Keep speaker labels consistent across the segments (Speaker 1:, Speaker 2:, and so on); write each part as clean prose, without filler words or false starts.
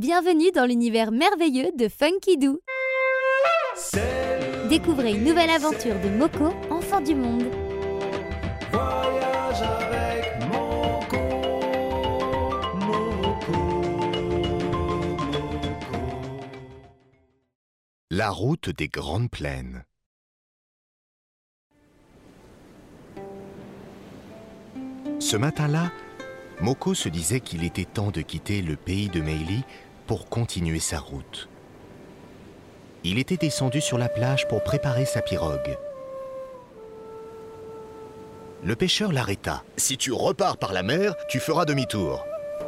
Speaker 1: Bienvenue dans l'univers merveilleux de Funky Doo. Découvrez une nouvelle aventure de Moko, enfant du monde.
Speaker 2: Voyage avec Moko, Moko, Moko.
Speaker 3: La route des grandes plaines. Ce matin-là, Moko se disait qu'il était temps de quitter le pays de Meili pour continuer sa route. Il était descendu sur la plage pour préparer sa pirogue. Le pêcheur l'arrêta. « Si tu repars par la mer, tu feras demi-tour.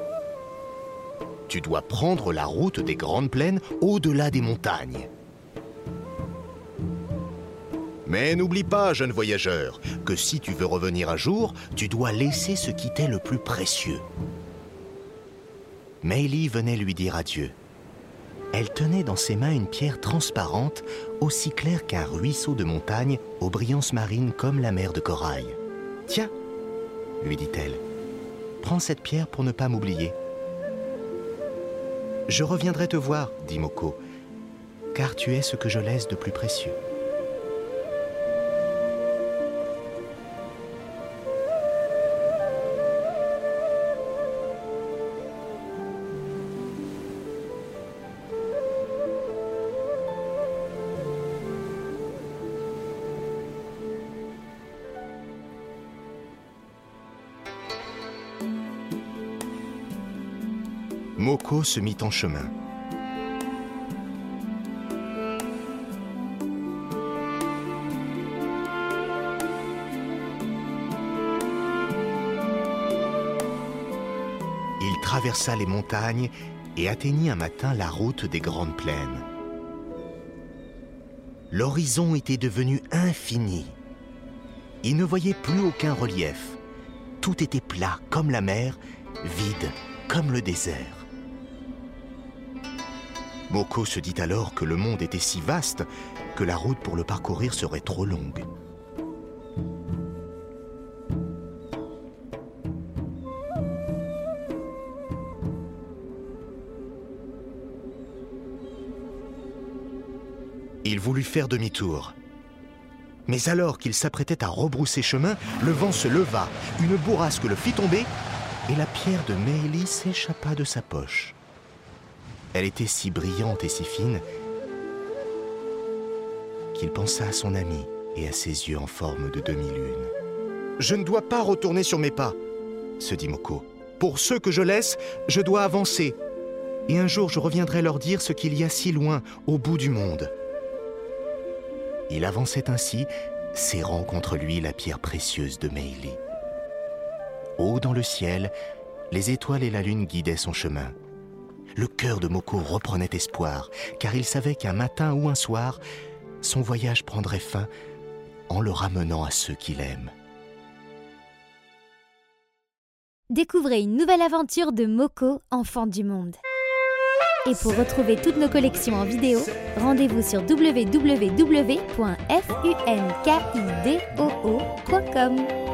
Speaker 3: Tu dois prendre la route des grandes plaines au-delà des montagnes. Mais n'oublie pas, jeune voyageur, que si tu veux revenir un jour, tu dois laisser ce qui t'est le plus précieux. » Meili venait lui dire adieu. Elle tenait dans ses mains une pierre transparente, aussi claire qu'un ruisseau de montagne, aux brillances marines comme la mer de corail. « Tiens, lui dit-elle, prends cette pierre pour ne pas m'oublier. »« Je reviendrai te voir, dit Moko, car tu es ce que je laisse de plus précieux. » Moko se mit en chemin. Il traversa les montagnes et atteignit un matin la route des grandes plaines. L'horizon était devenu infini. Il ne voyait plus aucun relief. Tout était plat comme la mer, vide comme le désert. Moko se dit alors que le monde était si vaste que la route pour le parcourir serait trop longue. Il voulut faire demi-tour. Mais alors qu'il s'apprêtait à rebrousser chemin, le vent se leva, une bourrasque le fit tomber et la pierre de Meili s'échappa de sa poche. Elle était si brillante et si fine qu'il pensa à son ami et à ses yeux en forme de demi-lune. « Je ne dois pas retourner sur mes pas, se dit Moko. Pour ceux que je laisse, je dois avancer. Et un jour, je reviendrai leur dire ce qu'il y a si loin, au bout du monde. » Il avançait ainsi, serrant contre lui la pierre précieuse de Meili. Haut dans le ciel, les étoiles et la lune guidaient son chemin. Le cœur de Moko reprenait espoir, car il savait qu'un matin ou un soir, son voyage prendrait fin en le ramenant à ceux qu'il aime.
Speaker 1: Découvrez une nouvelle aventure de Moko, enfant du monde. Et pour retrouver toutes nos collections en vidéo, rendez-vous sur www.funkidoo.com.